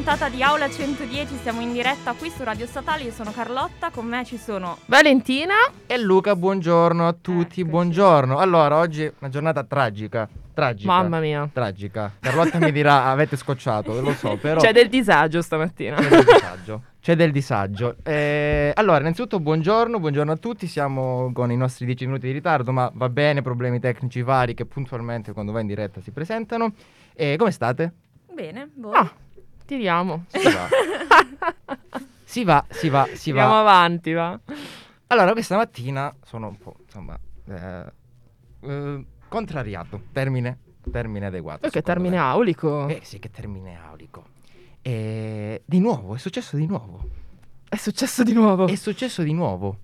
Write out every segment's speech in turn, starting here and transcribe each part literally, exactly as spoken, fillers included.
puntata di Aula centodieci, siamo in diretta qui su Radio Statale, io sono Carlotta, con me ci sono Valentina e Luca. Buongiorno a tutti, Eccoci. Buongiorno. Allora, oggi è una giornata tragica, tragica. Mamma mia. Tragica. Carlotta mi dirà, avete scocciato, lo so, però C'è del disagio stamattina. c'è del disagio. C'è del disagio. Eh, allora, innanzitutto buongiorno, buongiorno a tutti. Siamo con i nostri dieci minuti di ritardo, ma va bene, problemi tecnici vari che puntualmente quando va in diretta si presentano. E come state? bene, voi? Ah, tiriamo. Si va. si va, si va, si Andiamo va. avanti, va. Allora, questa mattina sono un po', insomma, eh, eh, contrariato. Termine, termine adeguato. Che secondo termine me. aulico. Eh sì, che termine aulico. E di nuovo, è successo di nuovo. È successo di nuovo. È successo di nuovo.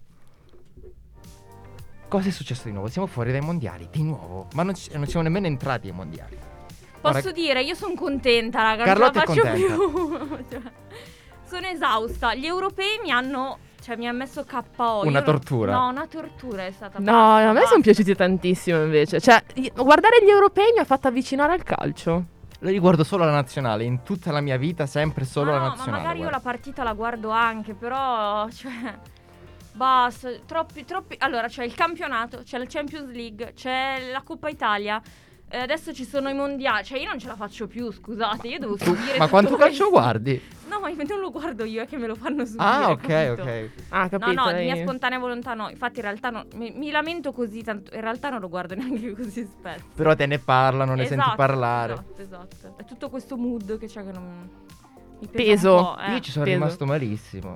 Cosa è successo di nuovo? Siamo fuori dai mondiali, di nuovo. Ma non, ci- non siamo nemmeno entrati ai mondiali. Posso Ora- dire, io sono contenta, raga, Carlotta è non ce la faccio più. Cioè, sono esausta. Gli europei mi hanno, cioè mi ha messo K O. Una Io non- tortura. No, una tortura è stata. No, basta, a me basta. sono piaciuti tantissimo invece. Cioè, i- guardare gli europei mi ha fatto avvicinare al calcio. Lo riguardo solo la nazionale, in tutta la mia vita sempre solo ma la no, nazionale. ma magari io guarda. la partita la guardo anche, però, cioè, basta, troppi, troppi. Allora, c'è il campionato, c'è la Champions League, c'è la Coppa Italia. eh, adesso ci sono i mondiali, cioè io non ce la faccio più, scusate, io devo Tu- subire ma tutto quanto calcio questo. guardi? No, ma io non lo guardo io, è che me lo fanno subire. Ah, ok, capito? ok. Ah, capito. No, no, di lei- mia spontanea volontà no. Infatti in realtà no, mi, mi lamento così tanto, in realtà non lo guardo neanche così spesso. Però te ne parlano, ne senti Esatto, parlare. Esatto, esatto. È tutto questo mood che c'è che non mi pesa Peso. un po', eh. Io ci sono peso. rimasto malissimo.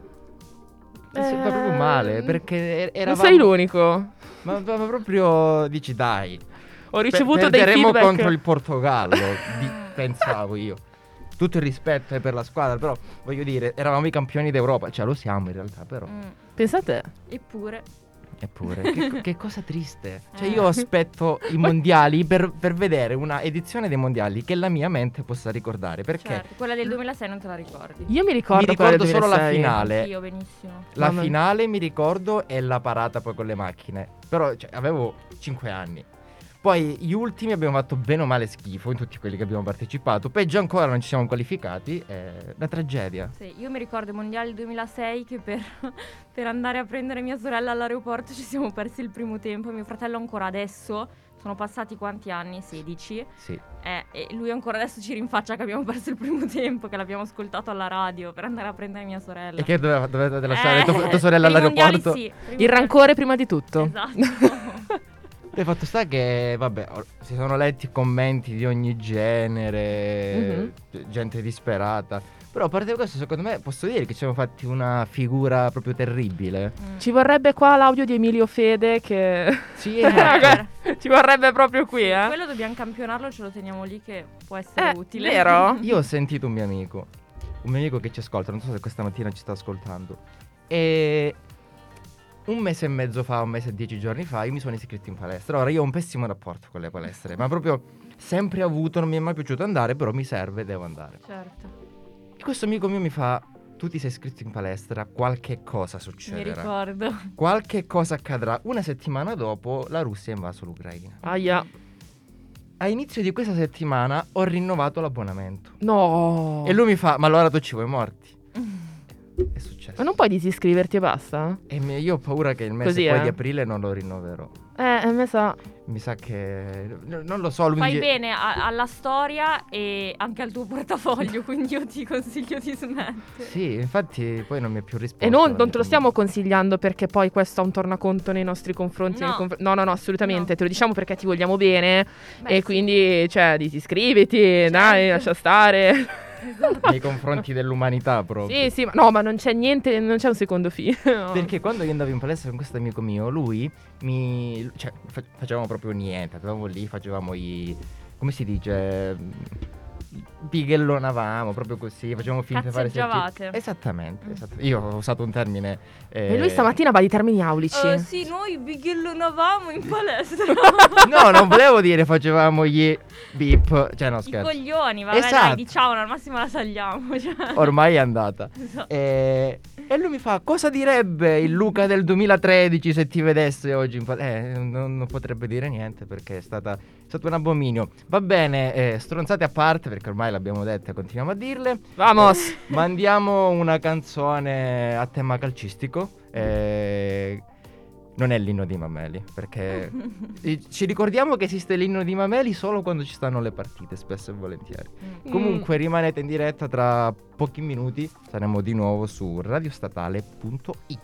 Mi Eh, sembra proprio male, perché Non eravamo... sei l'unico. Ma, ma- ma proprio dici dai. Ho ricevuto Pe- dei perderemo feedback. contro il Portogallo, di- pensavo io. Tutto il rispetto è per la squadra, però voglio dire, eravamo i campioni d'Europa, cioè lo siamo in realtà, però. Mm, Pensate. Eppure. Eppure, che, che cosa triste. Cioè Eh. io aspetto i mondiali per, per vedere una edizione dei mondiali che la mia mente possa ricordare, perché Certo, quella del duemilasei non te la ricordi. Io mi ricordo, mi quella ricordo del solo la duemilasei. finale. Io benissimo. La Mamma mia. finale mi ricordo e la parata poi con le macchine. Però cioè, avevo cinque anni. Poi gli ultimi abbiamo fatto bene o male schifo in tutti quelli che abbiamo partecipato. Peggio ancora non ci siamo qualificati. È una tragedia. Sì, io mi ricordo i mondiali del duemilasei che per, per andare a prendere mia sorella all'aeroporto ci siamo persi il primo tempo. Mio fratello ancora adesso, sono passati quanti anni? sedici. Sì. Eh, e lui ancora adesso ci rinfaccia che abbiamo perso il primo tempo, che l'abbiamo ascoltato alla radio per andare a prendere mia sorella. E che doveva- dovete lasciare Eh, tua, tua sorella per i mondiali all'aeroporto? sì, per i Il mondiali- rancore prima di tutto. Esatto. Il fatto sta che, vabbè, or- si sono letti commenti di ogni genere, g- gente disperata. Però a parte questo, secondo me, posso dire che ci siamo fatti una figura proprio terribile. Mm. Ci vorrebbe qua l'audio di Emilio Fede che... Sì, Raga, ci vorrebbe proprio qui, eh. Quello dobbiamo campionarlo, ce lo teniamo lì che può essere Eh, utile. vero? Io ho sentito un mio amico, un mio amico che ci ascolta, non so se questa mattina ci sta ascoltando. E un mese e mezzo fa, un mese e dieci giorni fa, io mi sono iscritto in palestra. Ora io ho un pessimo rapporto con le palestre, ma proprio sempre avuto, non mi è mai piaciuto andare, però mi serve, devo andare. Certo, E questo amico mio mi fa: tu ti sei iscritto in palestra, qualche cosa mi succederà. ricordo. Qualche cosa accadrà. Una settimana dopo la Russia ha invaso l'Ucraina. Aia. A inizio di questa settimana ho rinnovato l'abbonamento. No. E lui mi fa: ma allora tu ci vuoi morti? È successo. Ma non puoi disiscriverti e basta? E mi- io ho paura che il mese Così, poi eh? di aprile non lo rinnoverò. Eh, a me sa. Mi sa che... n- non lo so, lui Fai mi... bene a- alla storia e anche al tuo portafoglio, quindi io ti consiglio di smettere. Sì, infatti poi non mi è più risposto. E non, la non mia te lo stiamo famiglia. consigliando perché poi questo ha un tornaconto nei nostri confronti. No. nei conf- no, no, no, assolutamente. No. Te lo diciamo perché ti vogliamo bene. Beh, e sì, quindi, cioè, disiscriviti, dai, lascia stare. esatto. Nei confronti dell'umanità proprio. Sì, sì, ma no, ma non c'è niente, non c'è un secondo fine. No. Perché quando io andavo in palestra con questo amico mio, lui mi... cioè, fa- facevamo proprio niente, andavamo lì, facevamo i... come si dice? Bighellonavamo, proprio così, facevamo finta di fare Cazzeggiavate. esercizi. Esattamente, esattamente. Io ho usato un termine... eh, E lui stamattina va di termini aulici. Eh, sì, noi bighellonavamo in palestra. No, non volevo dire facevamo gli beep, cioè no I scherzo. coglioni, vabbè, Esatto. dai, diciamo, al massimo la tagliamo. Cioè. Ormai è andata. Esatto. E... e lui mi fa: cosa direbbe il Luca del duemilatredici se ti vedesse oggi in palestra? Eh, non, non potrebbe dire niente perché è stata, è stato un abominio. Va bene, eh, stronzate a parte, perché ormai le abbiamo dette, continuiamo a dirle. Vamos! Mandiamo una canzone a tema calcistico. Eh, non è l'inno di Mameli, perché ci ricordiamo che esiste l'inno di Mameli solo quando ci stanno le partite, spesso e volentieri. Mm. Comunque rimanete in diretta, tra pochi minuti saremo di nuovo su radiostatale punto it.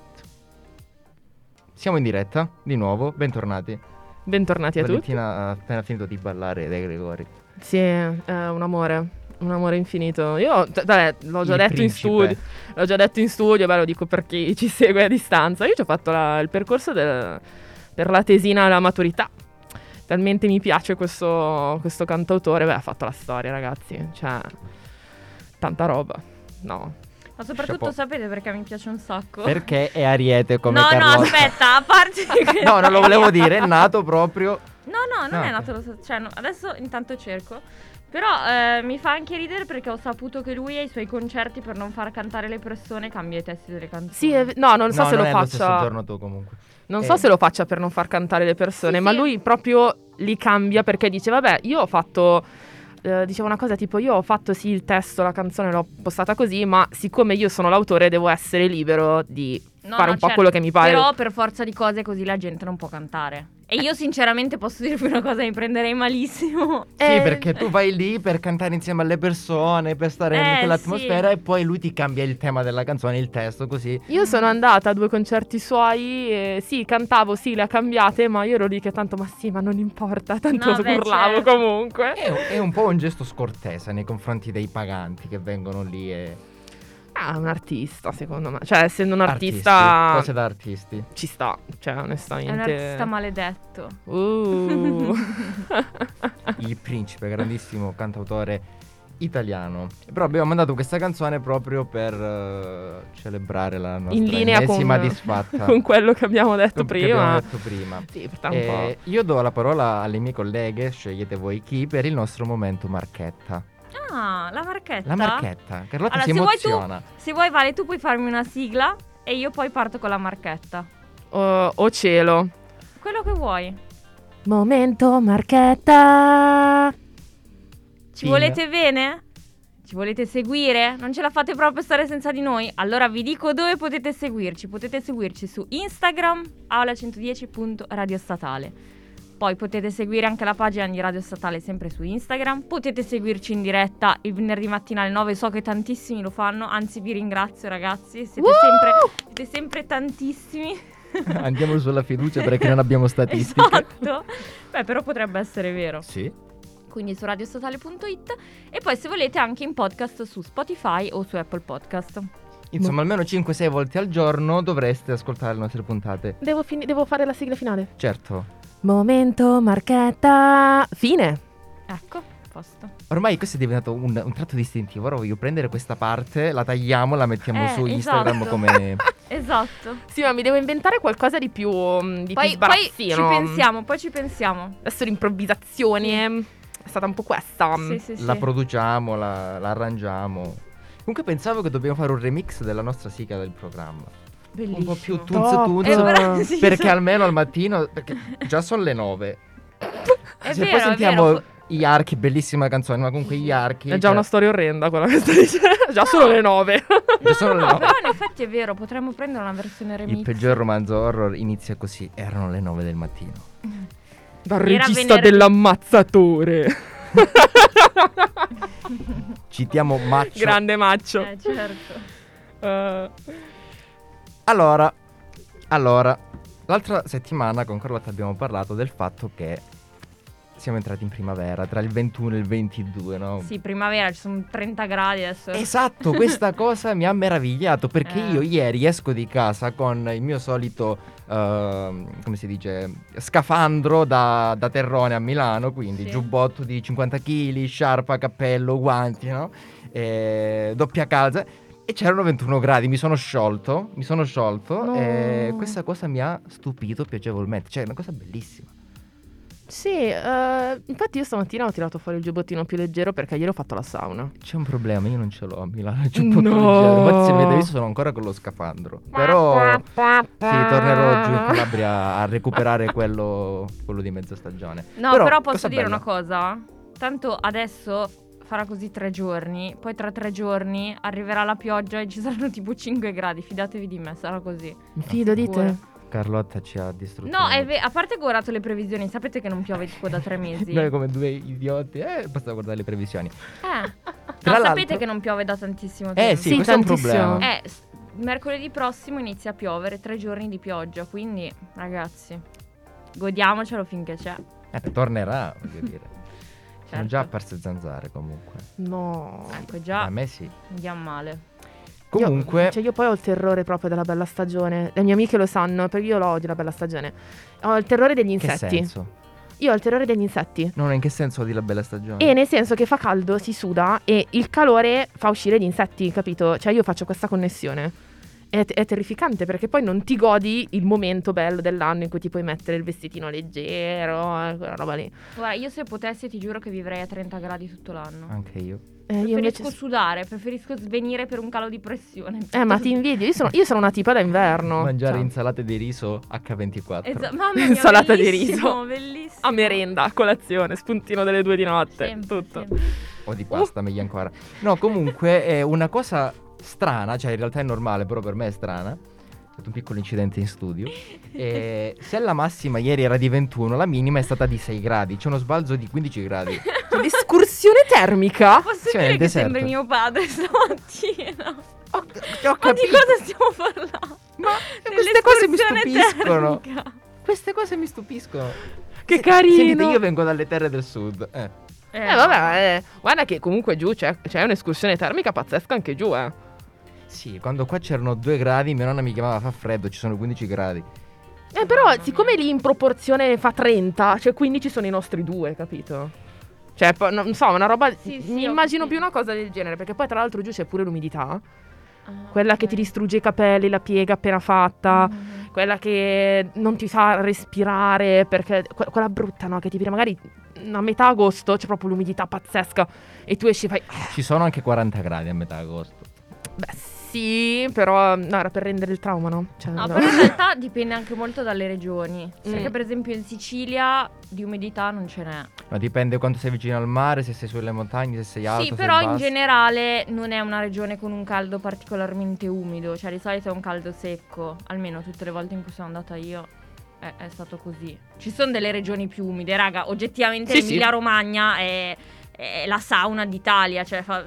Siamo in diretta, di nuovo, bentornati. Bentornati a tutti. Valentina ha appena finito di ballare dai Gregori. Sì, è un amore, un amore infinito. Io, t- vabbè, l'ho già Il detto principe. in studio, l'ho già detto in studio, beh, lo dico per chi ci segue a distanza. Io ci ho fatto la- il percorso del- per la tesina alla maturità. Talmente mi piace questo, questo cantautore, beh, ha fatto la storia, ragazzi. Cioè, tanta roba. No. Ma soprattutto Chapeau. sapete perché mi piace un sacco? Perché è Ariete come no, Carlotta. no, aspetta, a parte che- No, non lo volevo dire, è nato proprio... No, no, non Ah, è ok. nato lo stesso. Cioè, no, adesso intanto cerco. Però eh, mi fa anche ridere perché ho saputo che lui ai suoi concerti, per non far cantare le persone, cambia i testi delle canzoni. Sì, è v- no, non so no, se non lo è lo stesso faccia. giorno tu comunque. Non Eh. so se lo faccia per non far cantare le persone, Sì, ma sì. lui proprio li cambia perché dice, vabbè, io ho fatto, eh, diceva una cosa tipo, io ho fatto sì il testo, la canzone l'ho postata così, ma siccome io sono l'autore devo essere libero di No, fare no, un po' certo, quello che mi pare. Però per forza di cose così la gente non può cantare. E io sinceramente posso dirvi una cosa, mi prenderei malissimo. Sì, Eh, perché tu vai lì per cantare insieme alle persone, per stare in Eh, quell'atmosfera sì. e poi lui ti cambia il tema della canzone, il testo, così. Io sono andata a due concerti suoi e sì, cantavo, sì, le ha cambiate, ma io ero lì che tanto, ma sì, ma non importa, tanto No, beh, urlavo certo. comunque. È, è un po' un gesto scortese nei confronti dei paganti che vengono lì e... Ah, un artista, secondo me. Cioè, essendo un Artisti, artista, cose da artisti. ci sta, cioè, È onestamente. un artista maledetto. Uh. Il principe, grandissimo cantautore italiano. Però abbiamo mandato questa canzone proprio per eh, celebrare la nostra In linea con, ennesima disfatta. con quello che abbiamo detto Che abbiamo prima. detto prima. Sì, per un Eh, io do la parola alle mie colleghe, scegliete voi chi, per il nostro momento marchetta. Ah, la marchetta. La marchetta. Carlotta Allora, si se vuoi tu- emoziona. Se vuoi, Vale, tu puoi farmi una sigla e io poi parto con la marchetta. po'. Oh, oh cielo. Quello che vuoi. Momento marchetta. Ci Ping. volete bene? Ci volete seguire? Non ce la fate proprio stare senza di noi? Allora vi dico dove potete seguirci. Potete seguirci su Instagram, aula centodieci punto radiostatale. Poi potete seguire anche la pagina di Radio Statale sempre su Instagram. Potete seguirci in diretta il venerdì mattina alle nove. So che tantissimi lo fanno. Anzi, vi ringrazio, ragazzi. Siete, Woo! sempre, siete sempre tantissimi. Andiamo sulla fiducia perché non abbiamo statistiche. Esatto. Beh, però potrebbe essere vero. Sì. Quindi su radiostatale punto it. E poi se volete anche in podcast su Spotify o su Apple Podcast. Insomma, almeno cinque sei volte al giorno dovreste ascoltare le nostre puntate. Devo, fini- devo fare la sigla finale. Certo. Momento marchetta. Fine. Ecco, posto. Ormai questo è diventato un, un tratto distintivo. Ora voglio prendere questa parte, la tagliamo, la mettiamo Eh, su Instagram esatto. come... Esatto. Sì, ma mi devo inventare qualcosa di più, mm, di Poi, più poi ci sbarazzino. pensiamo, poi ci pensiamo. Adesso l'improvvisazione è stata un po' questa. Sì, sì, sì. la produciamo, la, la arrangiamo. Comunque pensavo che dobbiamo fare un remix della nostra sigla del programma. Bellissimo. Un po' più tunz Top. tunz. Eh, però- sì, Perché sì. almeno al mattino, perché già sono le nove. È Se vero, poi è sentiamo vero. gli archi, bellissima canzone, ma comunque gli archi. È già cioè, una storia orrenda quella che stai dicendo. Già sono le nove. già sono le No, nove. però in effetti è vero, potremmo prendere una versione remix. Il peggior romanzo horror inizia così. Erano le nove del mattino. Dal Era regista venerdì. dell'ammazzatore. Citiamo Maccio. Grande maccio. Eh, certo. Eh, Allora, allora, l'altra settimana con Carlotta abbiamo parlato del fatto che siamo entrati in primavera, tra il ventuno e il ventidue, no? Sì, primavera, ci sono trenta gradi adesso. Esatto, questa cosa mi ha meravigliato perché Eh. io ieri esco di casa con il mio solito, ehm, come si dice, scafandro da, da terrone a Milano, quindi Sì. giubbotto di cinquanta chili, sciarpa, cappello, guanti, no? E doppia calza. E c'erano ventuno gradi, mi sono sciolto, mi sono sciolto No. e questa cosa mi ha stupito piacevolmente, cioè è una cosa bellissima. Sì, eh, infatti io stamattina ho tirato fuori il giubbottino più leggero perché ieri ho fatto la sauna. C'è un problema, io non ce l'ho a Milano, il giubbotto No. leggero. Infatti se mi avete visto sono ancora con lo scafandro. Però sì, tornerò giù in Calabria a recuperare quello, quello di mezza stagione. No, però, cosa posso dire bella. una cosa. Tanto adesso farà così tre giorni, poi tra tre giorni arriverà la pioggia e ci saranno tipo cinque gradi, fidatevi di me, sarà così. Mi fido di te. Carlotta ci ha distrutto. No, è ve- a parte che ho guardato le previsioni, sapete che non piove tipo da tre mesi. Noi come due idioti, eh, basta guardare le previsioni. Eh, Tra no, l'altro- sapete che non piove da tantissimo tempo. Eh sì, Sì, questo è un tantissimo. problema. Eh, s- mercoledì prossimo inizia a piovere, tre giorni di pioggia, quindi ragazzi, godiamocelo finché c'è. Eh, tornerà, voglio dire. Sono Certo. già apparse zanzare comunque. No. Ecco già, A me sì. andiamo male. Comunque, Io, cioè io poi ho il terrore proprio della bella stagione. Le mie amiche lo sanno, perché io lo odio la bella stagione. Ho il terrore degli che insetti. senso? Io ho il terrore degli insetti. Non in che senso di la bella stagione? E nel senso che fa caldo, si suda e il calore fa uscire gli insetti, capito? Cioè io faccio questa connessione. È, è terrificante perché poi non ti godi il momento bello dell'anno in cui ti puoi mettere il vestitino leggero, eh, quella roba lì. Guarda, io se potessi ti giuro che vivrei a trenta gradi tutto l'anno. Anche io. Eh, io Preferisco invece... sudare, preferisco svenire per un calo di pressione. Eh, ma ti invidio, io sono, io sono una tipa da inverno. Mangiare Cioè, insalate di riso acca ventiquattro. Esa- mamma mia, Insalata di bellissimo, riso. bellissimo. a merenda, a colazione, spuntino delle due di notte, Sempre, tutto. sempre. O di pasta, meglio ancora. No, comunque è una cosa strana, cioè in realtà è normale, però per me è strana. È stato un piccolo incidente in studio. E se la massima ieri era di ventuno, la minima è stata di sei gradi. C'è uno sbalzo di quindici gradi. L'escursione termica? Posso Cioè, dire nel che deserto. sembri mio padre stamattina? Ho, ho Ma di capito. cosa stiamo parlando? Ma queste cose mi Nell'escursione stupiscono. termica. Queste cose mi stupiscono. Che Se- carino. Sentite, io vengo dalle terre del sud. Eh. Eh vabbè, eh, guarda che comunque giù c'è, c'è un'escursione termica pazzesca anche giù, eh. Sì, quando qua c'erano due gradi, mia nonna mi chiamava fa freddo, ci sono quindici gradi. Eh però Mamma siccome mia. lì in proporzione fa trenta, cioè quindici sono i nostri due, capito? Cioè, po- non so, una roba... Sì, sì, mi ho immagino capito. più una cosa del genere, perché poi tra l'altro giù c'è pure l'umidità. Ah, Quella che ok. ti distrugge i capelli, la piega appena fatta. Mhm. Quella che non ti fa respirare, perché que- quella brutta, no? Che ti viene magari a metà agosto, c'è proprio l'umidità pazzesca e tu esci e fai... Ci sono anche quaranta gradi a metà agosto. Beh sì, però no, era per rendere il trauma, no? Cioè, No, no. però in realtà dipende anche molto dalle regioni. Mm. Perché per esempio in Sicilia di umidità non ce n'è. Ma dipende quanto sei vicino al mare, se sei sulle montagne, se sei alto, Sì, se però sei in basso. generale non è una regione con un caldo particolarmente umido. Cioè di solito è un caldo secco. Almeno tutte le volte in cui sono andata io è, è stato così. Ci sono delle regioni più umide, raga. Oggettivamente Sì, sì. l'Emilia Romagna è, è la sauna d'Italia. Cioè fa-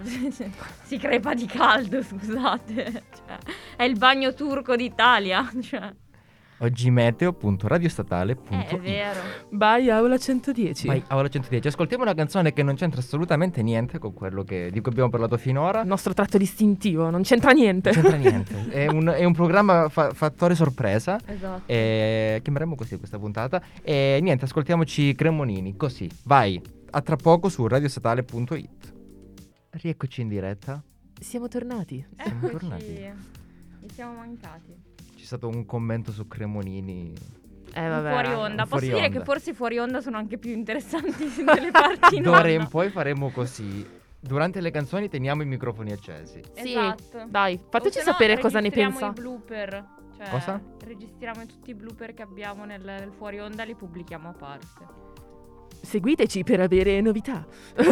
si crepa di caldo, scusate. Cioè, è il bagno turco d'Italia. Cioè, Oggi meteo punto radiostatale punto eh, è vero. Vai, Aula centodieci. Vai, Aula centodieci. Ascoltiamo una canzone che non c'entra assolutamente niente con quello che, di cui abbiamo parlato finora. Il nostro tratto distintivo, non c'entra niente. Non c'entra niente. È un, è un programma fa- fattore sorpresa. Esatto. E chiameremo così questa puntata. E niente, ascoltiamoci Cremonini. Così, vai. A tra poco su radiostatale punto it. Rieccoci in diretta. Siamo tornati. Siamo Eccoci. tornati. Mi siamo mancati. C'è stato un commento su Cremonini. Eh vabbè. Fuori onda. Posso fuori dire onda. che forse fuori onda sono anche più interessanti delle parti in D'ora in onda. poi faremo così. Durante le canzoni teniamo i microfoni accesi. Sì, Esatto. dai, fateci O se no, sapere cosa ne registriamo pensate. i blooper. Cioè, Cosa? registriamo tutti i blooper che abbiamo nel, nel fuori onda e li pubblichiamo a parte. Seguiteci per avere novità.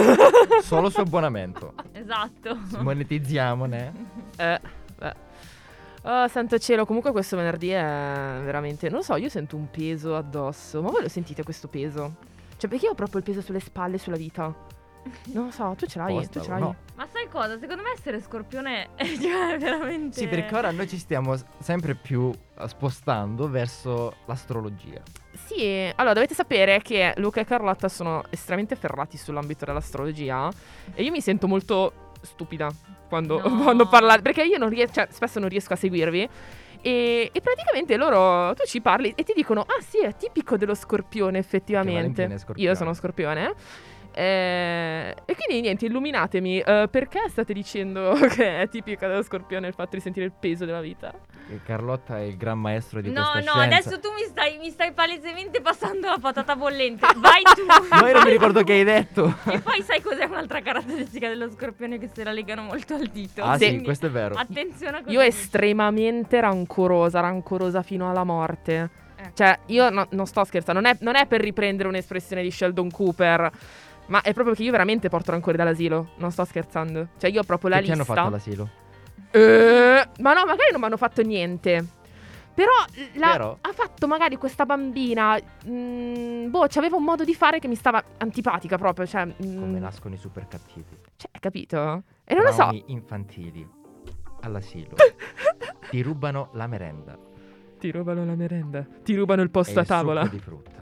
Solo su abbonamento. Esatto. Monetizziamone. Eh, beh. Oh, santo cielo, comunque questo venerdì è veramente... Non lo so, io sento un peso addosso. Ma voi lo sentite questo peso? Cioè, perché io ho proprio il peso sulle spalle e sulla vita? Non lo so, tu ce l'hai, Posta, tu ce l'hai. no. Ma sai cosa? Secondo me essere scorpione è cioè, veramente... Sì, perché ora noi ci stiamo s- sempre più eh, spostando verso l'astrologia. Sì, allora dovete sapere che Luca e Carlotta sono estremamente ferrati sull'ambito dell'astrologia e io mi sento molto stupida quando, No. quando parlate, perché io non riesco, cioè spesso non riesco a seguirvi e, e praticamente loro, tu ci parli e ti dicono, ah sì, è tipico dello scorpione effettivamente. Valentina è scorpione. Io sono scorpione. Eh, e quindi niente, illuminatemi, eh, perché state dicendo che è tipica dello scorpione il fatto di sentire il peso della vita? E Carlotta è il gran maestro di No, questa no, scienza. adesso tu mi stai, mi stai palesemente passando la patata bollente. Vai tu. No, io non mi ricordo che hai detto. E poi sai cos'è un'altra caratteristica dello scorpione che se la legano molto al dito. Ah sì, Quindi questo è vero. attenzione a cosa Io dici. estremamente rancorosa, rancorosa fino alla morte. Ecco. Cioè, io no- non sto scherzando, non è, non è per riprendere un'espressione di Sheldon Cooper, Ma è proprio che io veramente porto rancore dall'asilo. Non sto scherzando. Cioè io ho proprio la Che ti lista. hanno fatto all'asilo? Eh, ma no, magari non mi hanno fatto niente. Però, la- Però? ha fatto magari questa bambina. mh, boh, c'aveva un modo di fare che mi stava antipatica proprio. Cioè, mh, Come nascono i super cattivi? cioè, capito? E non lo so. Traumi infantili all'asilo. Ti rubano la merenda Ti rubano la merenda. Ti rubano il e posto a il tavola. succo di frutta.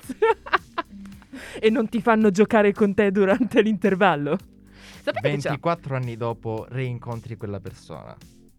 E non ti fanno giocare con te durante l'intervallo. Sapete che c'è? ventiquattro anni dopo reincontri quella persona.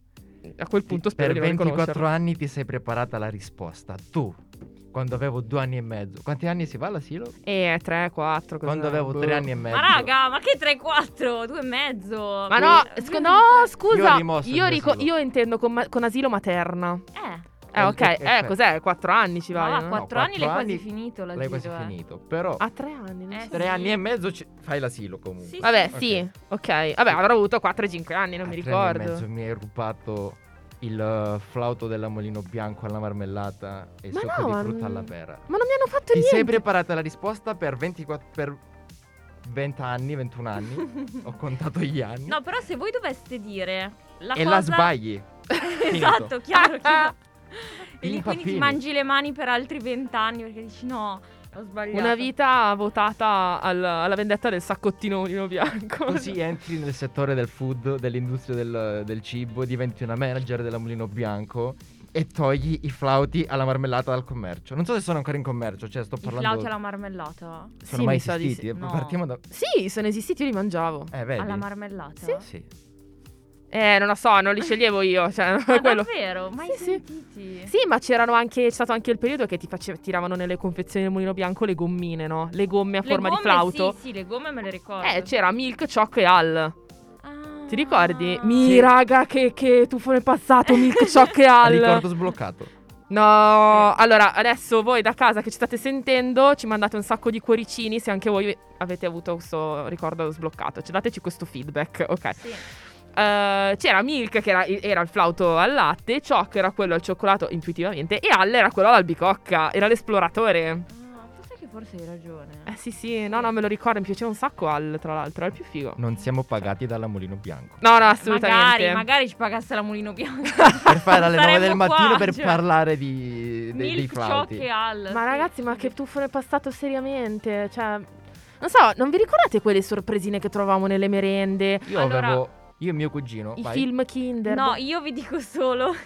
A quel punto spero Per di non ventiquattro riconoscerla. anni ti sei preparata la risposta. Tu, quando avevo due anni e mezzo. Quanti anni si va all'asilo? Eh, tre, quattro. Quando avevo tre anni e mezzo. Ma raga, ma che tre quattro? due e mezzo? Ma no, Eh, scu- no, scusa. Io ho rimosso il Io, mio rico- asilo. io intendo con, ma- con asilo materna. Eh, Eh, ok. Eh, Eh, eh, cos'è? Quattro anni ci ma vai. va, no? quattro No, anni l'hai quattro quasi anni finito l'asilo. L'hai quasi eh. finito. Però A tre anni. non Eh, so. tre sì. anni e mezzo ci- fai l'asilo comunque. Sì, Vabbè, Ok. sì. Ok. Vabbè, avrò avuto quattro e cinque anni, non A mi tre anni e ricordo. mezzo mi hai rubato il uh, flauto della Molino Bianco alla marmellata e il Ma succo no, di ma frutta non- alla pera. Ma non mi hanno fatto Ti niente. sei preparata la risposta per ventiquattro per venti anni, ventuno anni. Ho contato gli anni. No, però se voi doveste dire la e cosa... la sbagli. Esatto, chiaro, chiaro. E lì quindi Impappini. ti mangi le mani per altri vent'anni perché dici no, ho sbagliato. Una vita votata al- alla vendetta del saccottino Molino Bianco. Così entri nel settore del food, dell'industria del, del cibo, diventi una manager della Mulino Bianco e togli i flauti alla marmellata dal commercio. Non so se sono ancora in commercio, cioè sto I parlando... flauti alla marmellata? Sono Sì, mai mi sa di esistiti? sì. No. Partiamo da... Sì, sono esistiti, io li mangiavo. Eh, vedi? Alla marmellata? Sì. Sì. Eh, non lo so, non li sceglievo io. Cioè, Ma quello. davvero? Mai Sì, sì. sentiti? Sì, ma c'erano anche. C'è stato anche il periodo che ti face- tiravano nelle confezioni del Mulino Bianco le gommine, no? Le gomme a Le forma gomme, di flauto. Sì, sì, le gomme me le ricordo. Eh, c'era Milk, Choc e Al. Ah. Ti ricordi? Mi Sì. raga, che, che tuffo nel passato, Milk, Choc e Al. Ricordo sbloccato. No, allora adesso voi da casa che ci state sentendo ci mandate un sacco di cuoricini se anche voi avete avuto questo ricordo sbloccato. Ci dateci questo feedback, ok. Sì. Eh, c'era Milk che era, era il flauto al latte, Choc era quello al cioccolato intuitivamente e Al era quello all'albicocca, era l'esploratore. Ah, sai che forse hai ragione. Eh sì sì, no no me lo ricordo, mi piaceva un sacco Al tra l'altro, era il più figo. Non siamo pagati dalla Mulino Bianco. No no assolutamente. Magari, magari ci pagasse la Mulino Bianco. Per fare alle nove del Saremmo mattino qua, per cioè. parlare di, dei, dei Milk, flauti. Choc e Al. Ma sì. ragazzi, ma che tuffo nel passato seriamente, cioè non so, non vi ricordate quelle sorpresine che trovavamo nelle merende? Io Allora- avevo... Io e mio cugino... I vai. film Kinder. No, io vi dico solo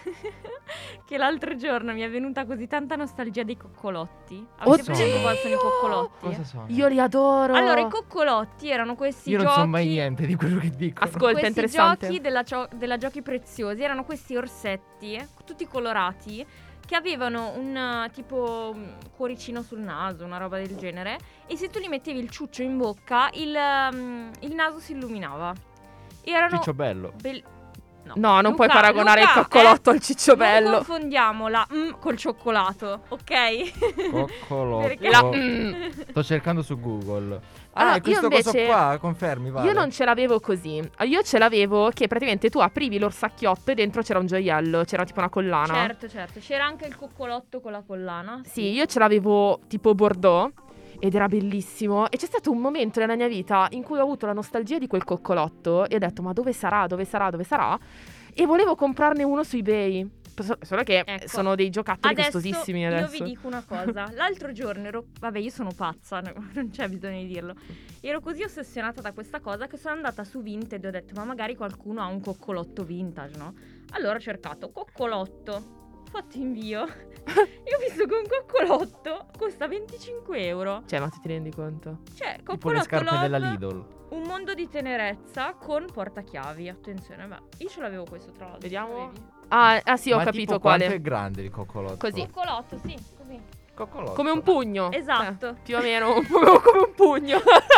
che l'altro giorno mi è venuta così tanta nostalgia dei coccolotti. Avete Oddio! presente cosa sono i coccolotti? Cosa sono? Io li adoro. Allora, i coccolotti erano questi Io non giochi... so mai niente di quello che dico. Ascolta, è Questi interessante. giochi della, gio- della Giochi Preziosi erano questi orsetti, eh, tutti colorati, che avevano un eh, tipo un cuoricino sul naso, una roba del genere. E se tu li mettevi il ciuccio in bocca, il, ehm, il naso si illuminava. Erano Ciccio bello. bell- No, non puoi Luca, paragonare Luca, il coccolotto eh, al cicciobello. Non confondiamo la mm col cioccolato, ok? Coccolotto. Perché- La mm. Sto cercando su Google. Allora, Ah, è io questo invece- coso qua, confermi, vale. Io non ce l'avevo così. Io ce l'avevo che praticamente tu aprivi l'orsacchiotto e dentro c'era un gioiello, c'era tipo una collana. Certo, certo. C'era anche il coccolotto con la collana. Sì, io ce l'avevo tipo Bordeaux ed era bellissimo. E c'è stato un momento nella mia vita in cui ho avuto la nostalgia di quel coccolotto e ho detto ma dove sarà, dove sarà, dove sarà? E volevo comprarne uno su eBay. So- Solo che Ecco. sono dei giocattoli Adesso costosissimi io adesso. vi dico una cosa. L'altro giorno ero... Vabbè, io sono pazza, no, non c'è bisogno di dirlo. Ero così ossessionata da questa cosa che sono andata su Vinted e ho detto ma magari qualcuno ha un coccolotto vintage, no? Allora ho cercato coccolotto. Fatto invio. Io ho visto che un coccolotto costa venticinque euro. Cioè, ma tu ti rendi conto? Cioè, Tipo le coccolotto scarpe love, della Lidl. un mondo di tenerezza con portachiavi. Attenzione, beh, io ce l'avevo questo tra l'altro. Vediamo. Avevi? Ah, ah sì, ho Ma capito tipo quale. quanto è grande il coccolotto? Così. Coccolotto, sì, così. Coccolotto. Come un pugno. Esatto. Eh, più o meno un po' come un pugno.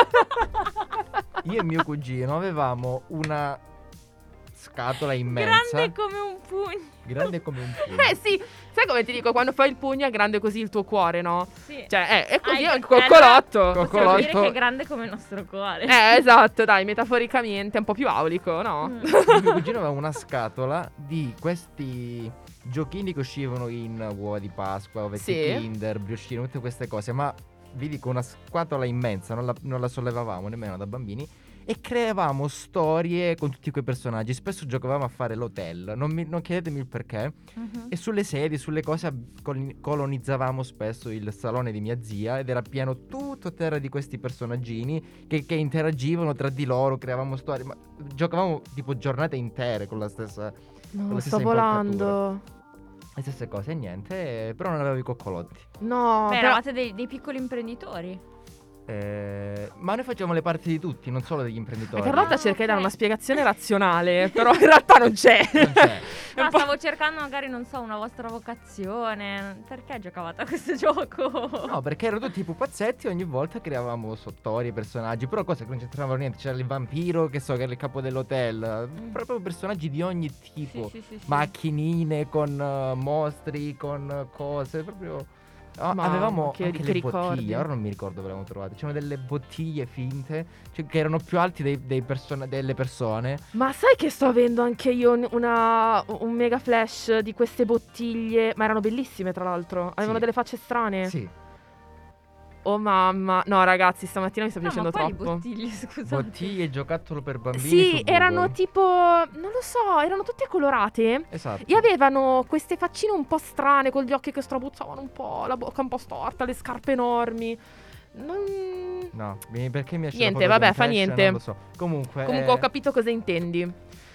Io e mio cugino avevamo una scatola immensa. Grande come un pugno. grande come un pugno. Eh sì, sai come ti dico, quando fai il pugno è grande così il tuo cuore, no? Sì. Cioè, eh, è così Ah, è un eh, coccolotto. allora Coccolotto. Possiamo dire che è grande come il nostro cuore. Eh, esatto, dai, metaforicamente è un po' più aulico, no? Mm. Mio cugino aveva una scatola di questi giochini che uscivano in uova di Pasqua, ovetti Sì. Kinder, briochini, tutte queste cose, ma vi dico, una scatola immensa, non la, non la sollevavamo nemmeno da bambini, e creavamo storie con tutti quei personaggi. Spesso giocavamo a fare l'hotel, non, mi, non chiedetemi il perché. Mhm. E sulle sedie, sulle cose ab- col- colonizzavamo spesso il salone di mia zia, ed era pieno tutto a terra di questi personaggini che, che interagivano tra di loro, creavamo storie, ma giocavamo tipo giornate intere con la stessa, con No, la stessa sto volando. impalcatura. Le stesse cose, e niente, eh, però non avevo i coccolotti. No, Beh, però- eravate dei, dei piccoli imprenditori. Eh, ma noi facciamo le parti di tutti, non solo degli imprenditori. a Carlotta Ah, cerca di dare ok. una spiegazione razionale, però in realtà non c'è. Non c'è. È un Ma po'- stavo cercando magari, non so, una vostra vocazione. Perché giocavate a questo gioco? No, perché erano tutti pupazzetti, ogni volta creavamo storie, personaggi, però cose che non c'entravano niente. C'era il vampiro, che so, che era il capo dell'hotel, Mm. proprio personaggi di ogni tipo. Sì, sì, sì, sì. Macchinine con eh, mostri, con eh, cose, proprio... Ah, Mamma, avevamo che- anche che le ricordi. bottiglie, ora non mi ricordo dove le avevamo trovate. C'erano delle bottiglie finte, cioè, che erano più alti dei, dei persone- delle persone. Ma sai che sto avendo anche io un, una- un mega flash di queste bottiglie? Ma erano bellissime, tra l'altro. Avevano Sì. delle facce strane. Sì, Oh mamma. No, ragazzi, stamattina mi sta No, ma piacendo quali troppo. bottiglie, scusate. bottiglie, giocattolo per bambini. su Sì, Google. erano tipo. Non lo so, erano tutte colorate. Esatto. E avevano queste faccine un po' strane, con gli occhi che strabuzzavano un po', la bocca un po' storta, le scarpe enormi. Non... No, mi- perché mi esce Niente, la foto di vabbè, un fa flash? niente. Non lo so. Comunque, Comunque eh, ho capito cosa intendi.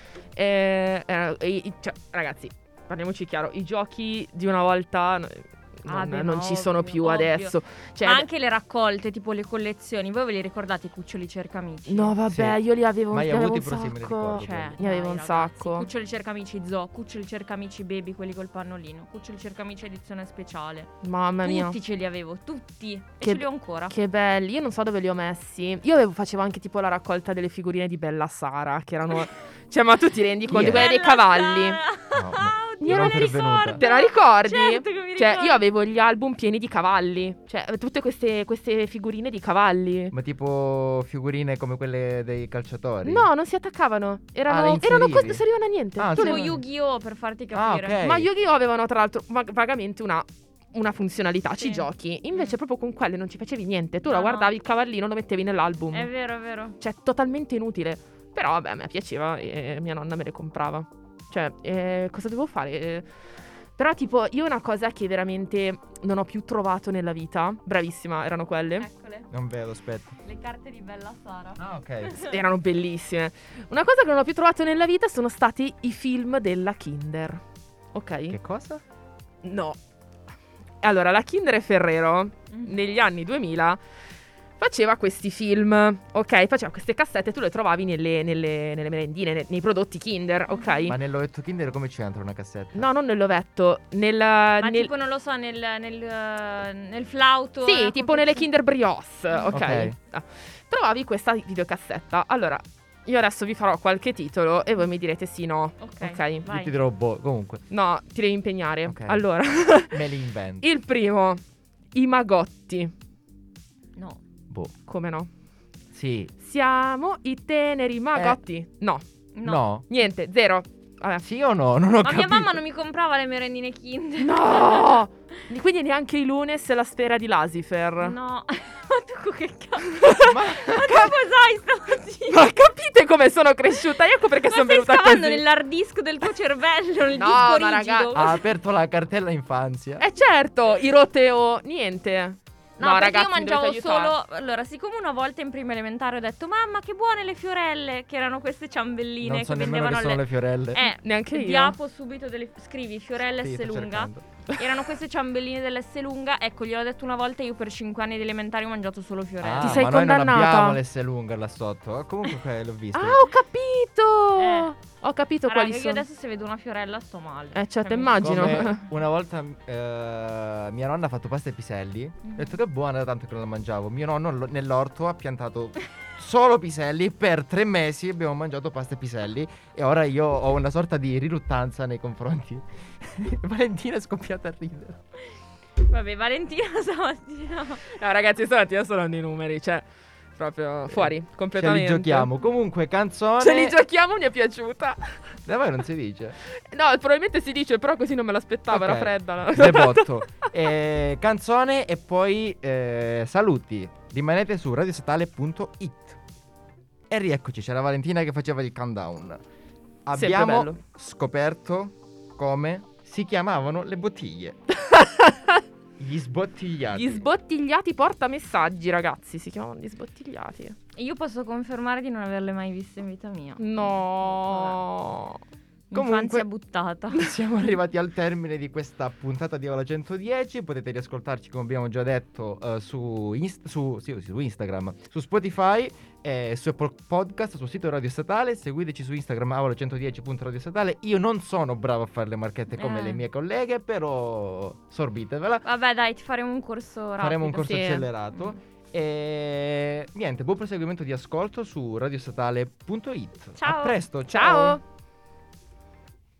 Eh, eh, i- i- cioè, ragazzi, parliamoci chiaro, i giochi di una volta no, non, Ah, beh, non ma ci sono ovvio, più ovvio. adesso. Cioè, Ma anche le raccolte, tipo le collezioni. Voi ve li ricordate i cuccioli cercamici? no, vabbè, Sì. io li avevo, Mai li avevo avuti, un però sì, me li sacco. ricordo. Cioè, Ne dai, avevo un ragazzi, sacco. Cuccioli cercamici zoo, cuccioli cercamici baby, quelli col pannolino. Cuccioli cercamici edizione speciale. Mamma mia. Tutti ce li avevo, tutti. E Che- ce li ho ancora. Che belli, io non so dove li ho messi. Io avevo, facevo anche tipo la raccolta delle figurine di Bella Sara, che erano... cioè, ma tu ti rendi conto? è? Quella dei Bella cavalli. Sara! No, ma- Oddio, io me non ne ero pervenuta. ricordo. Te la ricordi? Certo che mi Cioè, ricordo. io avevo gli album pieni di cavalli. Cioè, tutte queste, queste figurine di cavalli. Ma tipo figurine come quelle dei calciatori? No, non si attaccavano. Ah, Erano, le erano inserivi? cose, non servivano a niente. Ah, Tu sì. le- Tipo Yu-Gi-Oh! Per farti Ah, capire. ok. Ma Yu-Gi-Oh! Avevano tra l'altro vag- vagamente una, una funzionalità, Sì. ci giochi. Invece Mm. proprio con quelle non ci facevi niente. Tu la No, no. guardavi il cavallino, lo mettevi nell'album. È vero, è vero. Cioè, totalmente inutile. Però, vabbè, a me piaceva e mia nonna me le comprava. Cioè, eh, cosa devo fare? Eh, Però, tipo, io una cosa che veramente non ho più trovato nella vita. Bravissima, erano quelle. Eccole. Non vedo, aspetta. Le carte di Bella Sara. Ah, ok. Erano bellissime. Una cosa che non ho più trovato nella vita sono stati i film della Kinder. Ok? Che cosa? No. Allora, la Kinder e Ferrero, Mm. negli anni duemila, faceva questi film, ok? Faceva queste cassette, tu le trovavi nelle, nelle, nelle merendine, ne- nei prodotti Kinder, ok? Ma nell'ovetto Kinder come ci entra una cassetta? No, non nell'ovetto, nel... Ma nel- tipo, non lo so, nel, nel, eh, nel flauto. Sì, la tipo nelle confezione- Kinder Brioche, ok? Ok. Ah. Trovavi questa videocassetta. Allora, io adesso vi farò qualche titolo e voi mi direte sì, no. Ok, Ok. Io vai. ti dirò boh, comunque, No, ti devi impegnare. Ok. Allora, me li invento. il primo, i Magotti. No. Boh. Come no? Sì. Siamo i teneri Magotti. No, No. No. niente, zero. Vabbè. Sì o no? Non ho Ma capito. mia mamma non mi comprava le merendine Kinder. No! Quindi neanche i Lunes e la sfera di Lucifer. No. Ma tu che cazzo? Ma- Ma tu cos'hai stamattina? Ma capite come sono cresciuta? Ecco perché Ma sono stai venuta scavando così. nell'hard disk del tuo cervello, il No, disco ma rigido. Ha aperto la cartella infanzia. Eh certo, i roteo, niente. No, perché ragazzi, io mi mangiavo dovete aiutare. solo. Allora, siccome una volta in prima elementare ho detto, mamma, che buone le fiorelle, che erano queste ciambelline Non so che nemmeno vendevano che sono alle. le fiorelle. Eh, Neanche io. vi apo subito delle. Scrivi fiorelle Sì, S sto lunga. cercando. Erano queste ciambelline dell'S lunga. Ecco, gliel'ho detto una volta. Io per cinque anni di elementari ho mangiato solo fiorelle. Ah, Ti sei ma noi non condannata? abbiamo l'S lunga là sotto. Comunque l'ho visto. Ah, ho capito! Eh. Ho capito Ah, quali raga, io sono. adesso se vedo una fiorella sto male. Eh, cioè, te mi- immagino. Come una volta eh, mia nonna ha fatto pasta ai piselli. Mhm. Ho detto che è buona, da tanto che non la mangiavo. Mio nonno lo- nell'orto ha piantato solo piselli. Per tre mesi abbiamo mangiato pasta e piselli. E ora io ho una sorta di riluttanza nei confronti. Valentina è scoppiata a ridere. Vabbè, Valentina stamattina. No, ragazzi, stamattina sono andando i numeri, cioè, proprio fuori, Ce completamente. li giochiamo. Comunque, canzone. Ce li giochiamo, mi è piaciuta. Da voi non si dice. No, probabilmente si dice, però così non me l'aspettavo, era Ok. fredda. la- Debotto. Eh, canzone e poi eh, saluti. Rimanete su radiostatale punto it. E rieccoci, c'era Valentina che faceva il countdown. Abbiamo bello. scoperto come si chiamavano le bottiglie. Gli sbottigliati. Gli sbottigliati portamessaggi, ragazzi. Si chiamano gli sbottigliati. Io posso confermare di non averle mai viste in vita mia. No. Infanzia Comunque- buttata. Siamo arrivati al termine di questa puntata di Aula centodieci. Potete riascoltarci, come abbiamo già detto, eh, su, Inst- su, sì, sì, su Instagram, su Spotify, eh, su Apple Podcast, sul sito Radio Statale. Seguiteci su Instagram aula centodieci punto radio statale. Io non sono bravo a fare le marchette come Eh. le mie colleghe, però sorbitevela. Vabbè, dai, ti faremo un corso rapido. Faremo un corso sì. accelerato. E niente, buon proseguimento di ascolto su radiostatale punto it. Ciao. A presto, Ciao.